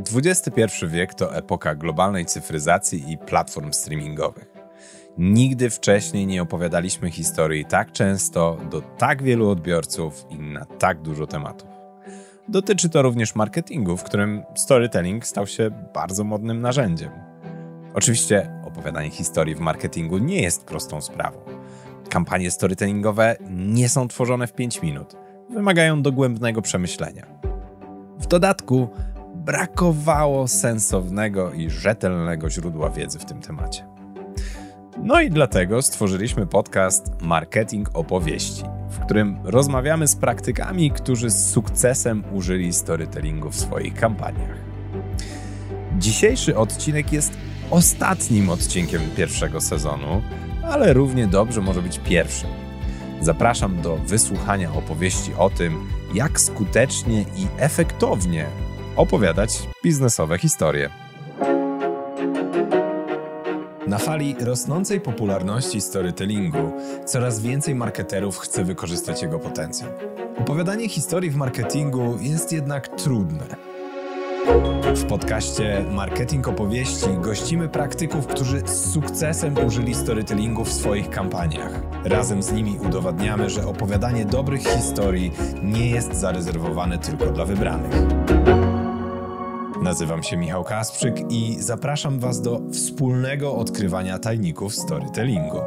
XXI wiek to epoka globalnej cyfryzacji i platform streamingowych. Nigdy wcześniej nie opowiadaliśmy historii tak często, do tak wielu odbiorców i na tak dużo tematów. Dotyczy to również marketingu, w którym storytelling stał się bardzo modnym narzędziem. Oczywiście opowiadanie historii w marketingu nie jest prostą sprawą. Kampanie storytellingowe nie są tworzone w 5 minut. Wymagają dogłębnego przemyślenia. W dodatku brakowało sensownego i rzetelnego źródła wiedzy w tym temacie. No i dlatego stworzyliśmy podcast Marketing Opowieści, w którym rozmawiamy z praktykami, którzy z sukcesem użyli storytellingu w swoich kampaniach. Dzisiejszy odcinek jest ostatnim odcinkiem pierwszego sezonu, ale równie dobrze może być pierwszym. Zapraszam do wysłuchania opowieści o tym, jak skutecznie i efektownie opowiadać biznesowe historie. Na fali rosnącej popularności storytellingu coraz więcej marketerów chce wykorzystać jego potencjał. Opowiadanie historii w marketingu jest jednak trudne. W podcaście Marketing Opowieści gościmy praktyków, którzy z sukcesem użyli storytellingu w swoich kampaniach. Razem z nimi udowadniamy, że opowiadanie dobrych historii nie jest zarezerwowane tylko dla wybranych. Nazywam się Michał Kasprzyk i zapraszam Was do wspólnego odkrywania tajników storytellingu.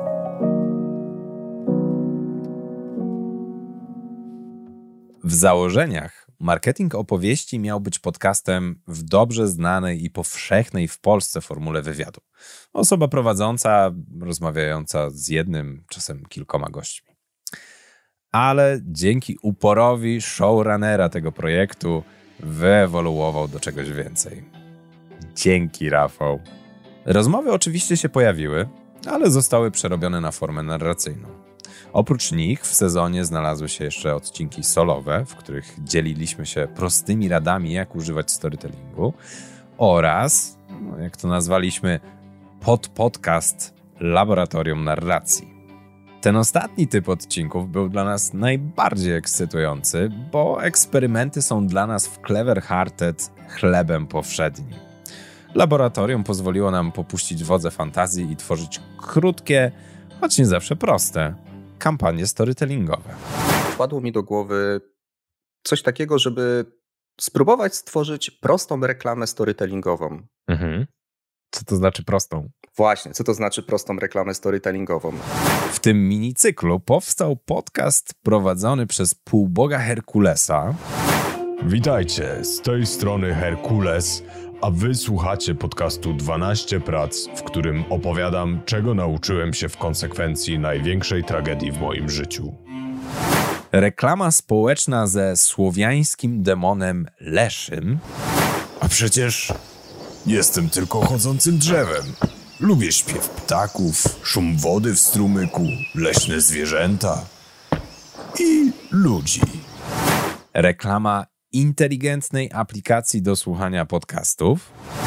W założeniach Marketing Opowieści miał być podcastem w dobrze znanej i powszechnej w Polsce formule wywiadu. Osoba prowadząca, rozmawiająca z jednym, czasem kilkoma gośćmi. Ale dzięki uporowi showrunnera tego projektu wyewoluował do czegoś więcej. Dzięki, Rafał. Rozmowy oczywiście się pojawiły, ale zostały przerobione na formę narracyjną. Oprócz nich w sezonie znalazły się jeszcze odcinki solowe, w których dzieliliśmy się prostymi radami, jak używać storytellingu, oraz, jak to nazwaliśmy, podcast Laboratorium Narracji. Ten ostatni typ odcinków był dla nas najbardziej ekscytujący, bo eksperymenty są dla nas w Clever Hearted chlebem powszednim. Laboratorium pozwoliło nam popuścić wodze fantazji i tworzyć krótkie, choć nie zawsze proste, kampanie storytellingowe. Wpadło mi do głowy coś takiego, żeby spróbować stworzyć prostą reklamę storytellingową. Co to znaczy prostą? Właśnie, co to znaczy prostą reklamę storytellingową? W tym minicyklu powstał podcast prowadzony przez półboga Herkulesa. Witajcie, z tej strony Herkules, a wy słuchacie podcastu 12 prac, w którym opowiadam, czego nauczyłem się w konsekwencji największej tragedii w moim życiu. Reklama społeczna ze słowiańskim demonem Leszym. A przecież jestem tylko chodzącym drzewem. Lubię śpiew ptaków, szum wody w strumyku, leśne zwierzęta i ludzi. Reklama inteligentnej aplikacji do słuchania podcastów.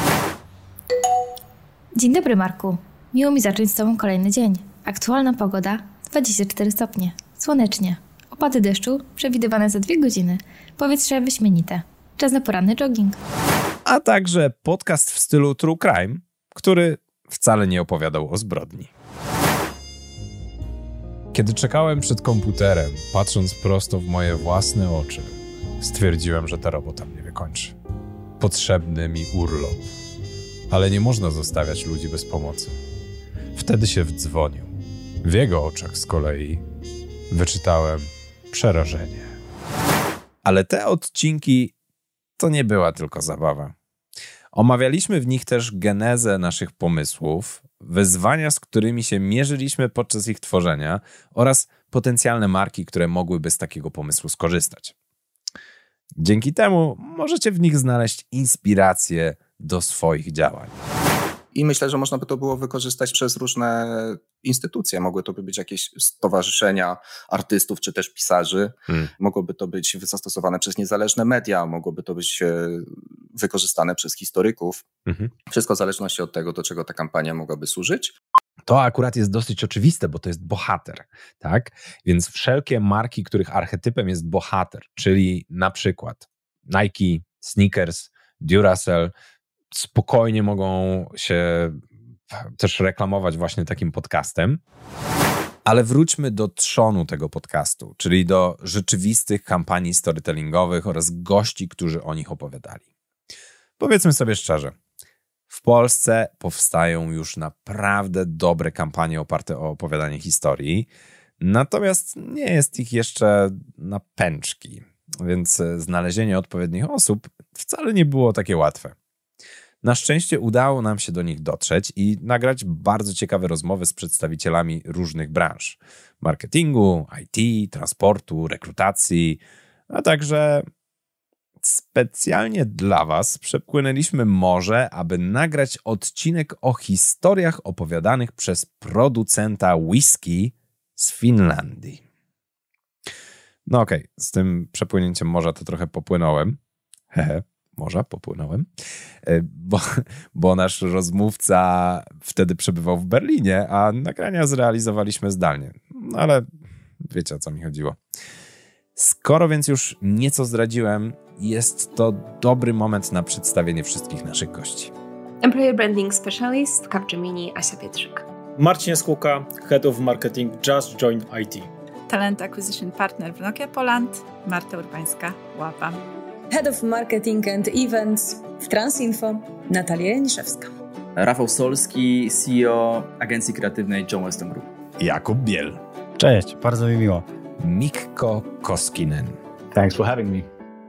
Dzień dobry, Marku. Miło mi zacząć z Tobą kolejny dzień. Aktualna pogoda 24 stopnie. Słonecznie. Opady deszczu przewidywane za 2 godziny. Powietrze wyśmienite. Czas na poranny jogging. A także podcast w stylu True Crime, który wcale nie opowiadał o zbrodni. Kiedy czekałem przed komputerem, patrząc prosto w moje własne oczy, stwierdziłem, że ta robota mnie wykończy. Potrzebny mi urlop. Ale nie można zostawiać ludzi bez pomocy. Wtedy się wdzwonił. W jego oczach z kolei wyczytałem przerażenie. Ale te odcinki to nie była tylko zabawa. Omawialiśmy w nich też genezę naszych pomysłów, wyzwania, z którymi się mierzyliśmy podczas ich tworzenia oraz potencjalne marki, które mogłyby z takiego pomysłu skorzystać. Dzięki temu możecie w nich znaleźć inspirację do swoich działań. I myślę, że można by to było wykorzystać przez różne instytucje. Mogły to być jakieś stowarzyszenia artystów czy też pisarzy. Mogłoby to być zastosowane przez niezależne media, mogłoby to być wykorzystane przez historyków. Wszystko w zależności od tego, do czego ta kampania mogłaby służyć. To akurat jest dosyć oczywiste, bo to jest bohater, tak? Więc wszelkie marki, których archetypem jest bohater, czyli na przykład Nike, Snickers, Duracell spokojnie mogą się też reklamować właśnie takim podcastem. Ale wróćmy do trzonu tego podcastu, czyli do rzeczywistych kampanii storytellingowych oraz gości, którzy o nich opowiadali. Powiedzmy sobie szczerze, w Polsce powstają już naprawdę dobre kampanie oparte o opowiadanie historii, natomiast nie jest ich jeszcze na pęczki, więc znalezienie odpowiednich osób wcale nie było takie łatwe. Na szczęście udało nam się do nich dotrzeć i nagrać bardzo ciekawe rozmowy z przedstawicielami różnych branż. Marketingu, IT, transportu, rekrutacji, a także specjalnie dla Was przepłynęliśmy morze, aby nagrać odcinek o historiach opowiadanych przez producenta whisky z Finlandii. No okej, z tym przepłynięciem morza to trochę popłynąłem. Morza popłynąłem, bo nasz rozmówca wtedy przebywał w Berlinie, a nagrania zrealizowaliśmy zdalnie. No ale wiecie, o co mi chodziło. Skoro więc już nieco zdradziłem, jest to dobry moment na przedstawienie wszystkich naszych gości. Employer Branding Specialist Capgemini Asia Pietrzyk. Marcin Jaskółka, Head of Marketing Just Join IT. Talent Acquisition Partner w Nokia Poland, Marta Urbańska, Łapa. Head of Marketing and Events w Transinfo, Natalia Janiszewska. Rafał Solski, CEO agencji kreatywnej John Weston Group. Jakub Biel. Cześć, bardzo mi miło. Mikko Koskinen. Thanks for having me.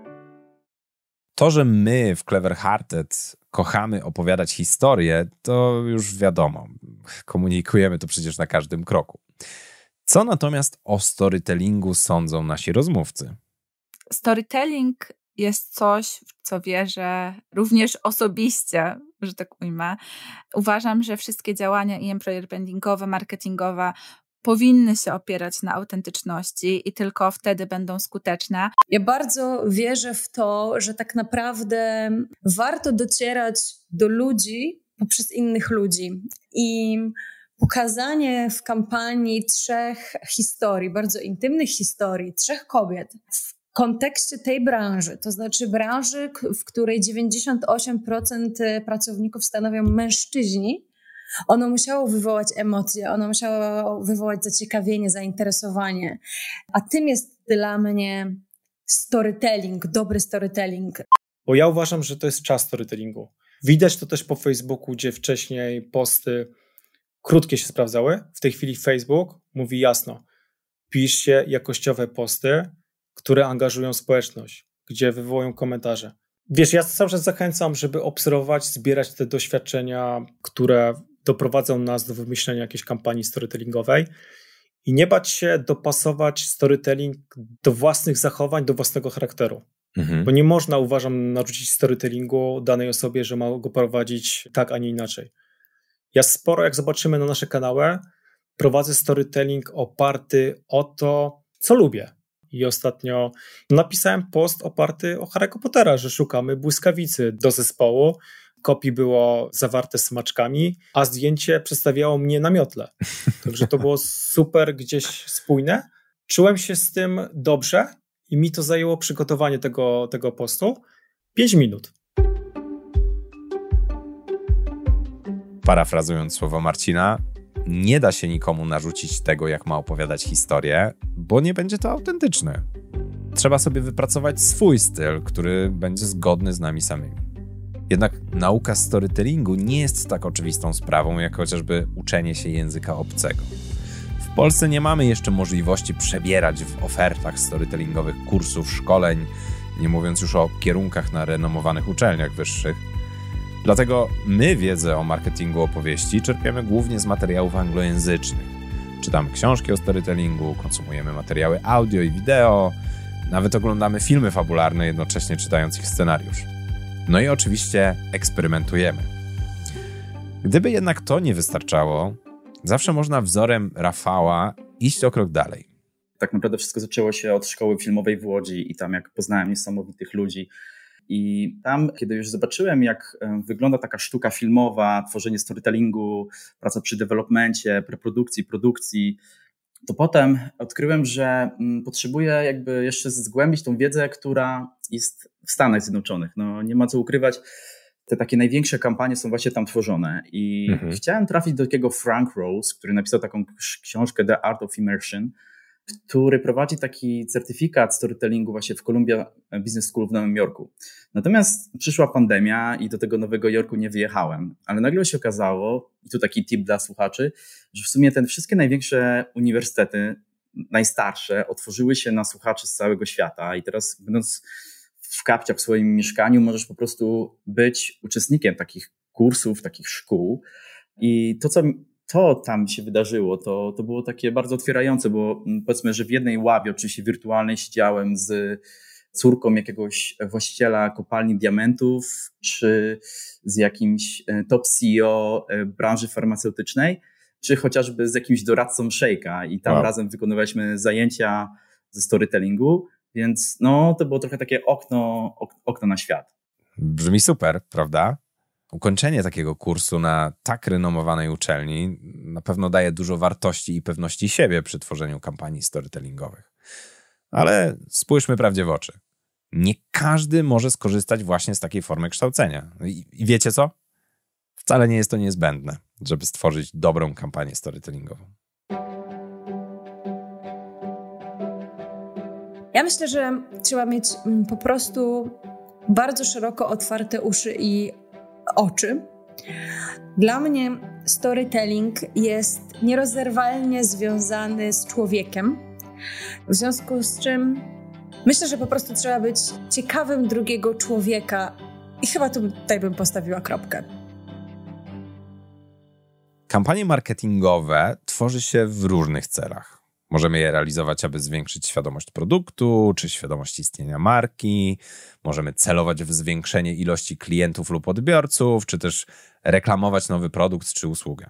To, że my w Clever Hearted kochamy opowiadać historię, to już wiadomo. Komunikujemy to przecież na każdym kroku. Co natomiast o storytellingu sądzą nasi rozmówcy? Storytelling jest coś, w co wierzę również osobiście, że tak ujmę. Uważam, że wszystkie działania i employer brandingowe, marketingowe powinny się opierać na autentyczności i tylko wtedy będą skuteczne. Ja bardzo wierzę w to, że tak naprawdę warto docierać do ludzi poprzez innych ludzi. I pokazanie w kampanii 3 historii, bardzo intymnych historii, 3 kobiet w kontekście tej branży, to znaczy branży, w której 98% pracowników stanowią mężczyźni, ono musiało wywołać emocje, ono musiało wywołać zaciekawienie, zainteresowanie. A tym jest dla mnie storytelling, dobry storytelling. Bo ja uważam, że to jest czas storytellingu. Widać to też po Facebooku, gdzie wcześniej posty krótkie się sprawdzały. W tej chwili Facebook mówi jasno, piszcie jakościowe posty, które angażują społeczność, gdzie wywołują komentarze. Wiesz, ja cały czas zachęcam, żeby obserwować, zbierać te doświadczenia, które doprowadzą nas do wymyślenia jakiejś kampanii storytellingowej i nie bać się dopasować storytelling do własnych zachowań, do własnego charakteru. Bo nie można, uważam, narzucić storytellingu danej osobie, że ma go prowadzić tak, a nie inaczej. Ja sporo, jak zobaczymy na nasze kanały, prowadzę storytelling oparty o to, co lubię. I ostatnio napisałem post oparty o Harry'ego Pottera, że szukamy błyskawicy do zespołu. Kopii było zawarte smaczkami, a zdjęcie przedstawiało mnie na miotle. Także to było super gdzieś spójne. Czułem się z tym dobrze i mi to zajęło przygotowanie tego postu 5 minut. Parafrazując słowa Marcina, nie da się nikomu narzucić tego, jak ma opowiadać historię, bo nie będzie to autentyczne. Trzeba sobie wypracować swój styl, który będzie zgodny z nami samymi. Jednak nauka storytellingu nie jest tak oczywistą sprawą, jak chociażby uczenie się języka obcego. W Polsce nie mamy jeszcze możliwości przebierać w ofertach storytellingowych kursów, szkoleń, nie mówiąc już o kierunkach na renomowanych uczelniach wyższych. Dlatego my wiedzę o marketingu opowieści czerpiemy głównie z materiałów anglojęzycznych. Czytamy książki o storytellingu, konsumujemy materiały audio i wideo, nawet oglądamy filmy fabularne, jednocześnie czytając ich scenariusz. No i oczywiście eksperymentujemy. Gdyby jednak to nie wystarczało, zawsze można wzorem Rafała iść o krok dalej. Tak naprawdę wszystko zaczęło się od szkoły filmowej w Łodzi i tam jak poznałem niesamowitych ludzi. I tam, kiedy już zobaczyłem, jak wygląda taka sztuka filmowa, tworzenie storytellingu, praca przy developmencie, preprodukcji, produkcji, to potem odkryłem, że potrzebuję jakby jeszcze zgłębić tą wiedzę, która jest w Stanach Zjednoczonych. No nie ma co ukrywać, te takie największe kampanie są właśnie tam tworzone i chciałem trafić do takiego Frank Rose, który napisał taką książkę The Art of Immersion, który prowadzi taki certyfikat storytellingu właśnie w Columbia Business School w Nowym Jorku. Natomiast przyszła pandemia i do tego Nowego Jorku nie wyjechałem, ale nagle się okazało, i tu taki tip dla słuchaczy, że w sumie wszystkie największe uniwersytety, najstarsze, otworzyły się na słuchaczy z całego świata i teraz będąc w kapciach w swoim mieszkaniu możesz po prostu być uczestnikiem takich kursów, takich szkół i to tam się wydarzyło, to było takie bardzo otwierające, bo powiedzmy, że w jednej ławie oczywiście wirtualnej siedziałem z córką jakiegoś właściciela kopalni diamentów, czy z jakimś top CEO branży farmaceutycznej, czy chociażby z jakimś doradcą Shake'a i tam razem wykonywaliśmy zajęcia ze storytellingu, więc no to było trochę takie okno na świat. Brzmi super, prawda? Ukończenie takiego kursu na tak renomowanej uczelni na pewno daje dużo wartości i pewności siebie przy tworzeniu kampanii storytellingowych. Ale spójrzmy prawdzie w oczy. Nie każdy może skorzystać właśnie z takiej formy kształcenia. I wiecie co? Wcale nie jest to niezbędne, żeby stworzyć dobrą kampanię storytellingową. Ja myślę, że trzeba mieć po prostu bardzo szeroko otwarte uszy i oczy. Dla mnie storytelling jest nierozerwalnie związany z człowiekiem, w związku z czym myślę, że po prostu trzeba być ciekawym drugiego człowieka i chyba tutaj bym postawiła kropkę. Kampanie marketingowe tworzy się w różnych celach. Możemy je realizować, aby zwiększyć świadomość produktu, czy świadomość istnienia marki. Możemy celować w zwiększenie ilości klientów lub odbiorców, czy też reklamować nowy produkt czy usługę.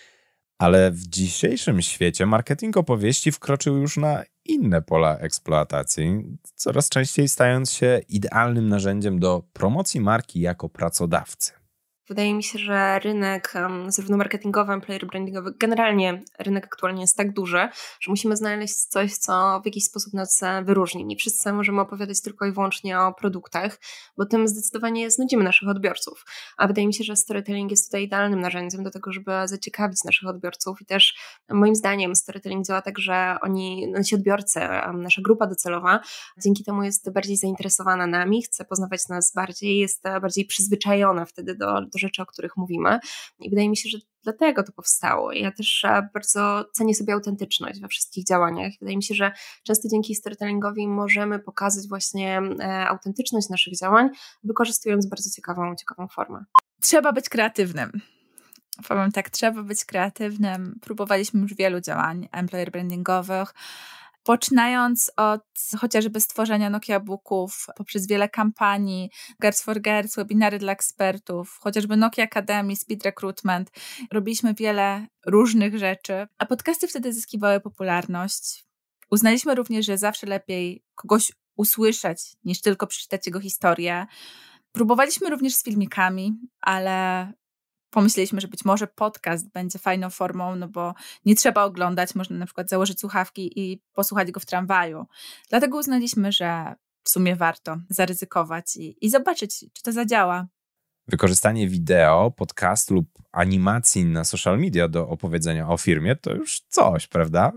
Ale w dzisiejszym świecie marketing opowieści wkroczył już na inne pola eksploatacji, coraz częściej stając się idealnym narzędziem do promocji marki jako pracodawcy. Wydaje mi się, że rynek zarówno marketingowy, employer brandingowy, generalnie rynek aktualnie jest tak duży, że musimy znaleźć coś, co w jakiś sposób nas wyróżni. Nie wszyscy możemy opowiadać tylko i wyłącznie o produktach, bo tym zdecydowanie znudzimy naszych odbiorców. A wydaje mi się, że storytelling jest tutaj idealnym narzędziem do tego, żeby zaciekawić naszych odbiorców i też moim zdaniem storytelling działa tak, że nasi odbiorcy, nasza grupa docelowa dzięki temu jest bardziej zainteresowana nami, chce poznawać nas bardziej, jest bardziej przyzwyczajona wtedy do rzeczy, o których mówimy. I wydaje mi się, że dlatego to powstało. Ja też bardzo cenię sobie autentyczność we wszystkich działaniach. Wydaje mi się, że często dzięki storytellingowi możemy pokazać właśnie autentyczność naszych działań, wykorzystując bardzo ciekawą formę. Trzeba być kreatywnym. Powiem tak, trzeba być kreatywnym. Próbowaliśmy już wielu działań employer brandingowych, poczynając od chociażby stworzenia Nokia Booków, poprzez wiele kampanii, Girls for Girls, webinary dla ekspertów, chociażby Nokia Academy, Speed Recruitment. Robiliśmy wiele różnych rzeczy, a podcasty wtedy zyskiwały popularność. Uznaliśmy również, że zawsze lepiej kogoś usłyszeć, niż tylko przeczytać jego historię. Próbowaliśmy również z filmikami, ale pomyśleliśmy, że być może podcast będzie fajną formą, no bo nie trzeba oglądać, można na przykład założyć słuchawki i posłuchać go w tramwaju. Dlatego uznaliśmy, że w sumie warto zaryzykować i zobaczyć, czy to zadziała. Wykorzystanie wideo, podcastu lub animacji na social media do opowiedzenia o firmie to już coś, prawda?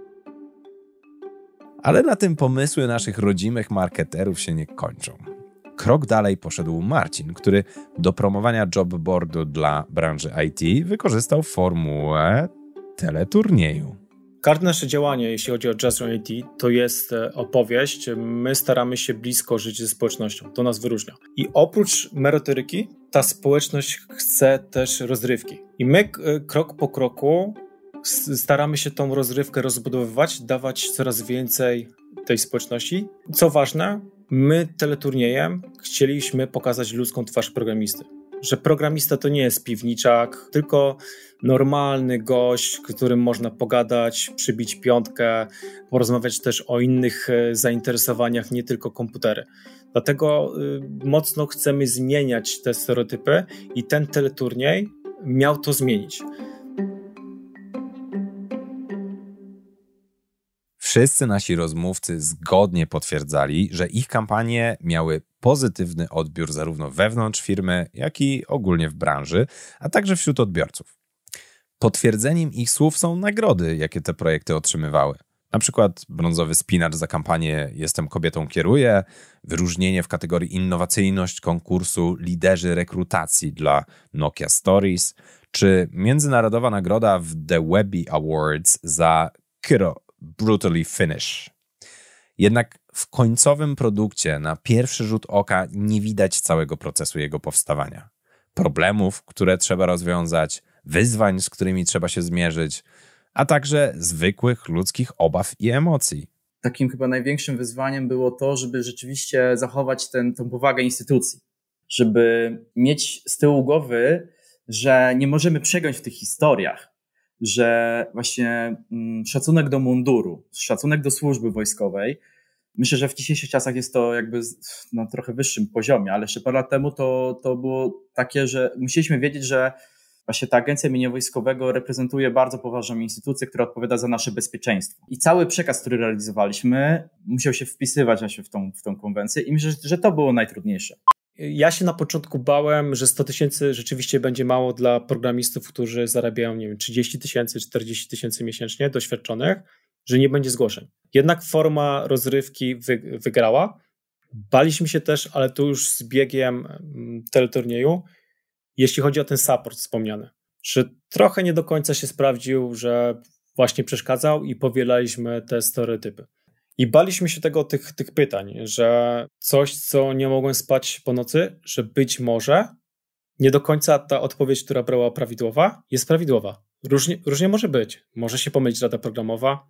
Ale na tym pomysły naszych rodzimych marketerów się nie kończą. Krok dalej poszedł Marcin, który do promowania jobboardu dla branży IT wykorzystał formułę teleturnieju. Każde nasze działanie, jeśli chodzi o Just Run IT, to jest opowieść. My staramy się blisko żyć ze społecznością. To nas wyróżnia. I oprócz merytoryki, ta społeczność chce też rozrywki. I my krok po kroku staramy się tą rozrywkę rozbudowywać, dawać coraz więcej tej społeczności. Co ważne, my teleturniejem chcieliśmy pokazać ludzką twarz programisty. Że programista to nie jest piwniczak, tylko normalny gość, którym można pogadać, przybić piątkę, porozmawiać też o innych zainteresowaniach, nie tylko komputery. Dlatego mocno chcemy zmieniać te stereotypy i ten teleturniej miał to zmienić. Wszyscy nasi rozmówcy zgodnie potwierdzali, że ich kampanie miały pozytywny odbiór zarówno wewnątrz firmy, jak i ogólnie w branży, a także wśród odbiorców. Potwierdzeniem ich słów są nagrody, jakie te projekty otrzymywały. Na przykład brązowy spinacz za kampanię Jestem kobietą, kieruję, wyróżnienie w kategorii innowacyjność konkursu Liderzy rekrutacji dla Nokia Stories, czy międzynarodowa nagroda w The Webby Awards za Kiddo Brutally Finish. Jednak w końcowym produkcie na pierwszy rzut oka nie widać całego procesu jego powstawania. Problemów, które trzeba rozwiązać, wyzwań, z którymi trzeba się zmierzyć, a także zwykłych ludzkich obaw i emocji. Takim chyba największym wyzwaniem było to, żeby rzeczywiście zachować tą powagę instytucji. Żeby mieć z tyłu głowy, że nie możemy przegiąć w tych historiach, że właśnie szacunek do munduru, szacunek do służby wojskowej, myślę, że w dzisiejszych czasach jest to jakby na trochę wyższym poziomie, ale jeszcze parę lat temu to było takie, że musieliśmy wiedzieć, że właśnie ta Agencja Mienia Wojskowego reprezentuje bardzo poważną instytucję, która odpowiada za nasze bezpieczeństwo. I cały przekaz, który realizowaliśmy, musiał się wpisywać właśnie w tą konwencję i myślę, że to było najtrudniejsze. Ja się na początku bałem, że 100 000 rzeczywiście będzie mało dla programistów, którzy zarabiają, nie wiem, 30 000, 40 000 miesięcznie, doświadczonych, że nie będzie zgłoszeń. Jednak forma rozrywki wygrała. Baliśmy się też, ale tu już z biegiem teleturnieju, jeśli chodzi o ten support wspomniany, że trochę nie do końca się sprawdził, że właśnie przeszkadzał i powielaliśmy te stereotypy. I baliśmy się tych pytań, że coś, co nie mogłem spać po nocy, że być może nie do końca ta odpowiedź, która była prawidłowa, jest prawidłowa. Różnie może być. Może się pomylić rada programowa,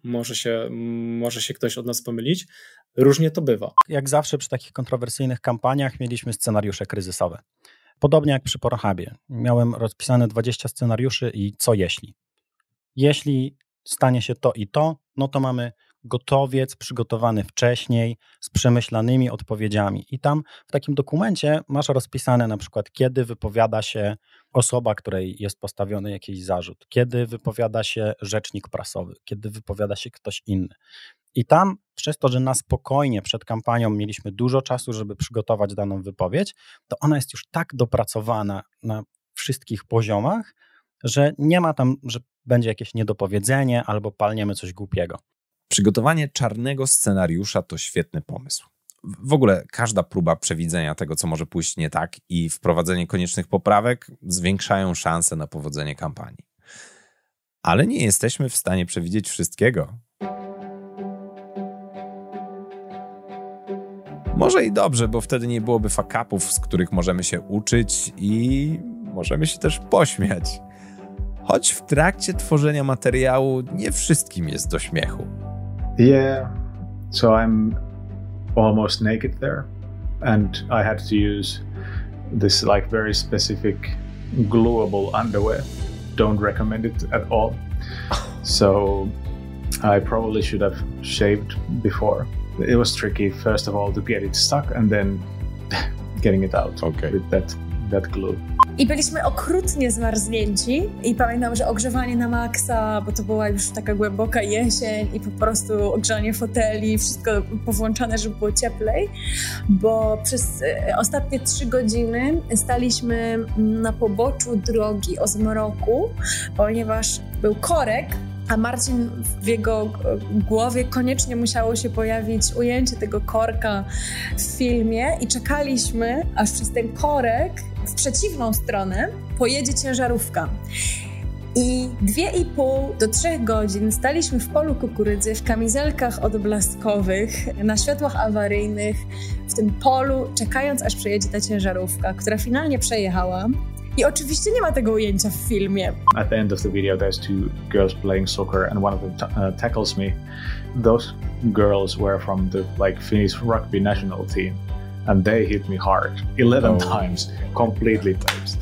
może się ktoś od nas pomylić. Różnie to bywa. Jak zawsze przy takich kontrowersyjnych kampaniach mieliśmy scenariusze kryzysowe. Podobnie jak przy Pornhubie. Miałem rozpisane 20 scenariuszy i co jeśli? Jeśli stanie się to i to, no to mamy gotowiec przygotowany wcześniej z przemyślanymi odpowiedziami. I tam w takim dokumencie masz rozpisane na przykład, kiedy wypowiada się osoba, której jest postawiony jakiś zarzut, kiedy wypowiada się rzecznik prasowy, kiedy wypowiada się ktoś inny. I tam przez to, że na spokojnie przed kampanią mieliśmy dużo czasu, żeby przygotować daną wypowiedź, to ona jest już tak dopracowana na wszystkich poziomach, że nie ma tam, że będzie jakieś niedopowiedzenie albo palniemy coś głupiego. Przygotowanie czarnego scenariusza to świetny pomysł. W ogóle każda próba przewidzenia tego, co może pójść nie tak i wprowadzenie koniecznych poprawek zwiększają szanse na powodzenie kampanii. Ale nie jesteśmy w stanie przewidzieć wszystkiego. Może i dobrze, bo wtedy nie byłoby fuck-upów, z których możemy się uczyć i możemy się też pośmiać. Choć w trakcie tworzenia materiału nie wszystkim jest do śmiechu. Yeah, so I'm almost naked there and I had to use this like very specific glueable underwear. Don't recommend it at all. So I probably should have shaved before. It was tricky, first of all, to get it stuck and then getting it out with that glue. I byliśmy okrutnie zmarznięci i pamiętam, że ogrzewanie na maksa, bo to była już taka głęboka jesień i po prostu ogrzanie foteli, wszystko powłączane, żeby było cieplej, bo przez ostatnie 3 godziny staliśmy na poboczu drogi o zmroku, ponieważ był korek, a Marcin, w jego głowie koniecznie musiało się pojawić ujęcie tego korka w filmie i czekaliśmy, aż przez ten korek w przeciwną stronę pojedzie ciężarówka. I 2,5 do 3 godzin staliśmy w polu kukurydzy, w kamizelkach odblaskowych, na światłach awaryjnych, w tym polu, czekając, aż przejedzie ta ciężarówka, która finalnie przejechała. I oczywiście nie ma tego ujęcia w filmie. At the end of the video there's 2 girls playing soccer and one of them tackles me. Those girls were from the Finnish rugby national team and they hit me hard 11 times, completely times.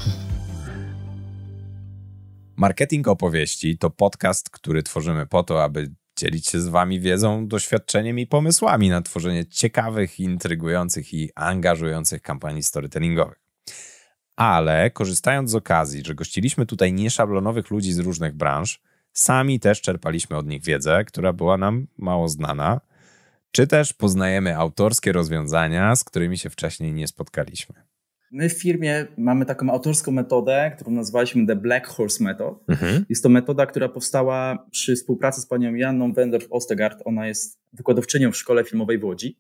Marketing Opowieści to podcast, który tworzymy po to, aby dzielić się z wami wiedzą, doświadczeniem i pomysłami na tworzenie ciekawych, intrygujących i angażujących kampanii storytellingowych. Ale korzystając z okazji, że gościliśmy tutaj nieszablonowych ludzi z różnych branż, Sami też czerpaliśmy od nich wiedzę, która była nam mało znana, czy też poznajemy autorskie rozwiązania, z którymi się wcześniej nie spotkaliśmy. My w firmie mamy taką autorską metodę, którą nazwaliśmy The Black Horse Method. Jest to metoda, która powstała przy współpracy z panią Janną Wendorf-Ostegard. Ona jest wykładowczynią w Szkole Filmowej w Łodzi.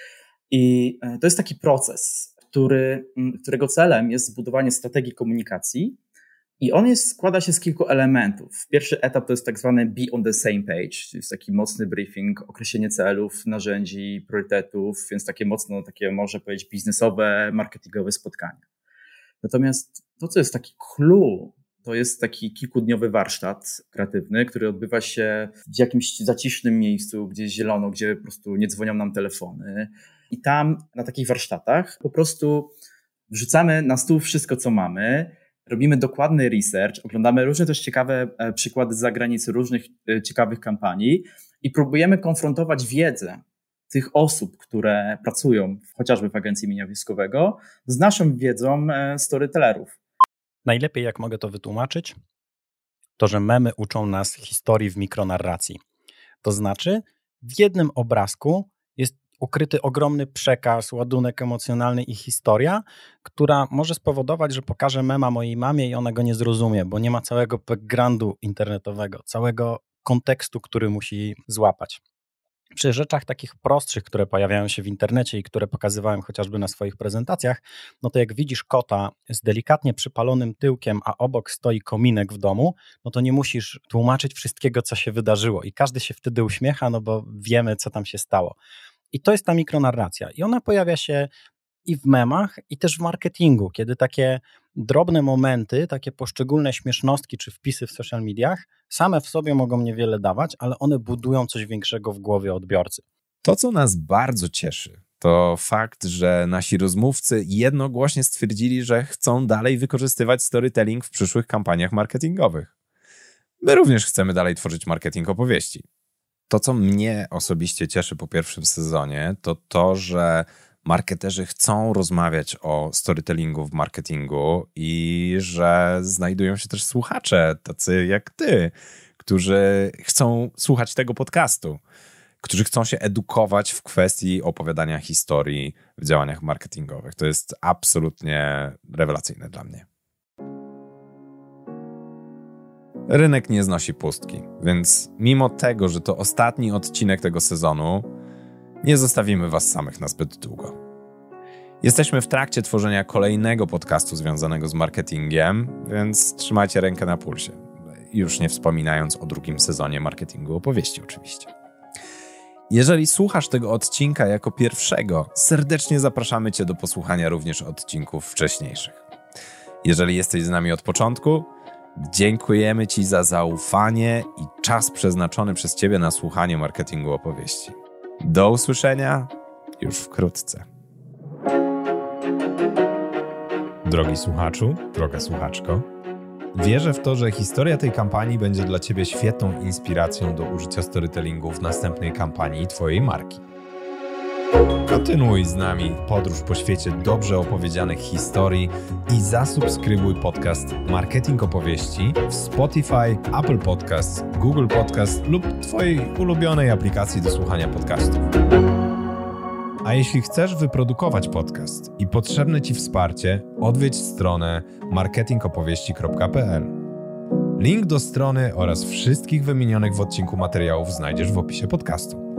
I to jest taki proces, którego celem jest zbudowanie strategii komunikacji. I on składa się z kilku elementów. Pierwszy etap to jest tak zwany be on the same page, czyli jest taki mocny briefing, określenie celów, narzędzi, priorytetów, więc takie mocno, można powiedzieć, biznesowe, marketingowe spotkania. Natomiast to, co jest taki clue, to jest taki kilkudniowy warsztat kreatywny, który odbywa się w jakimś zacisznym miejscu, gdzie jest zielono, gdzie po prostu nie dzwonią nam telefony. I tam na takich warsztatach po prostu wrzucamy na stół wszystko, co mamy, robimy dokładny research, oglądamy różne też ciekawe przykłady z zagranicy, różnych ciekawych kampanii i próbujemy konfrontować wiedzę tych osób, które pracują chociażby w agencji mienia wojskowego, z naszą wiedzą storytellerów. Najlepiej, jak mogę to wytłumaczyć, to, że memy uczą nas historii w mikronarracji. To znaczy, w jednym obrazku jest ukryty ogromny przekaz, ładunek emocjonalny i historia, która może spowodować, że pokażę mema mojej mamie i ona go nie zrozumie, bo nie ma całego backgroundu internetowego, całego kontekstu, który musi złapać. Przy rzeczach takich prostszych, które pojawiają się w internecie i które pokazywałem chociażby na swoich prezentacjach, no to jak widzisz kota z delikatnie przypalonym tyłkiem, a obok stoi kominek w domu, no to nie musisz tłumaczyć wszystkiego, co się wydarzyło i każdy się wtedy uśmiecha, no bo wiemy, co tam się stało. I to jest ta mikronarracja i ona pojawia się i w memach, i też w marketingu, kiedy takie drobne momenty, takie poszczególne śmiesznostki czy wpisy w social mediach same w sobie mogą niewiele dawać, ale one budują coś większego w głowie odbiorcy. To, co nas bardzo cieszy, to fakt, że nasi rozmówcy jednogłośnie stwierdzili, że chcą dalej wykorzystywać storytelling w przyszłych kampaniach marketingowych. My również chcemy dalej tworzyć marketing opowieści. To, co mnie osobiście cieszy po pierwszym sezonie, to to, że marketerzy chcą rozmawiać o storytellingu w marketingu i że znajdują się też słuchacze, tacy jak ty, którzy chcą słuchać tego podcastu, którzy chcą się edukować w kwestii opowiadania historii w działaniach marketingowych. To jest absolutnie rewelacyjne dla mnie. Rynek nie znosi pustki, więc mimo tego, że to ostatni odcinek tego sezonu, nie zostawimy was samych na zbyt długo. Jesteśmy w trakcie tworzenia kolejnego podcastu związanego z marketingiem, więc trzymajcie rękę na pulsie. Już nie wspominając o drugim sezonie marketingu opowieści oczywiście. Jeżeli słuchasz tego odcinka jako pierwszego, serdecznie zapraszamy cię do posłuchania również odcinków wcześniejszych. Jeżeli jesteś z nami od początku, dziękujemy ci za zaufanie i czas przeznaczony przez ciebie na słuchanie marketingu opowieści. Do usłyszenia już wkrótce. Drogi słuchaczu, droga słuchaczko, wierzę w to, że historia tej kampanii będzie dla ciebie świetną inspiracją do użycia storytellingu w następnej kampanii twojej marki. Kontynuuj z nami podróż po świecie dobrze opowiedzianych historii i zasubskrybuj podcast Marketing Opowieści w Spotify, Apple Podcasts, Google Podcasts lub twojej ulubionej aplikacji do słuchania podcastów. A jeśli chcesz wyprodukować podcast i potrzebne ci wsparcie, odwiedź stronę marketingopowieści.pl. Link do strony oraz wszystkich wymienionych w odcinku materiałów znajdziesz w opisie podcastu.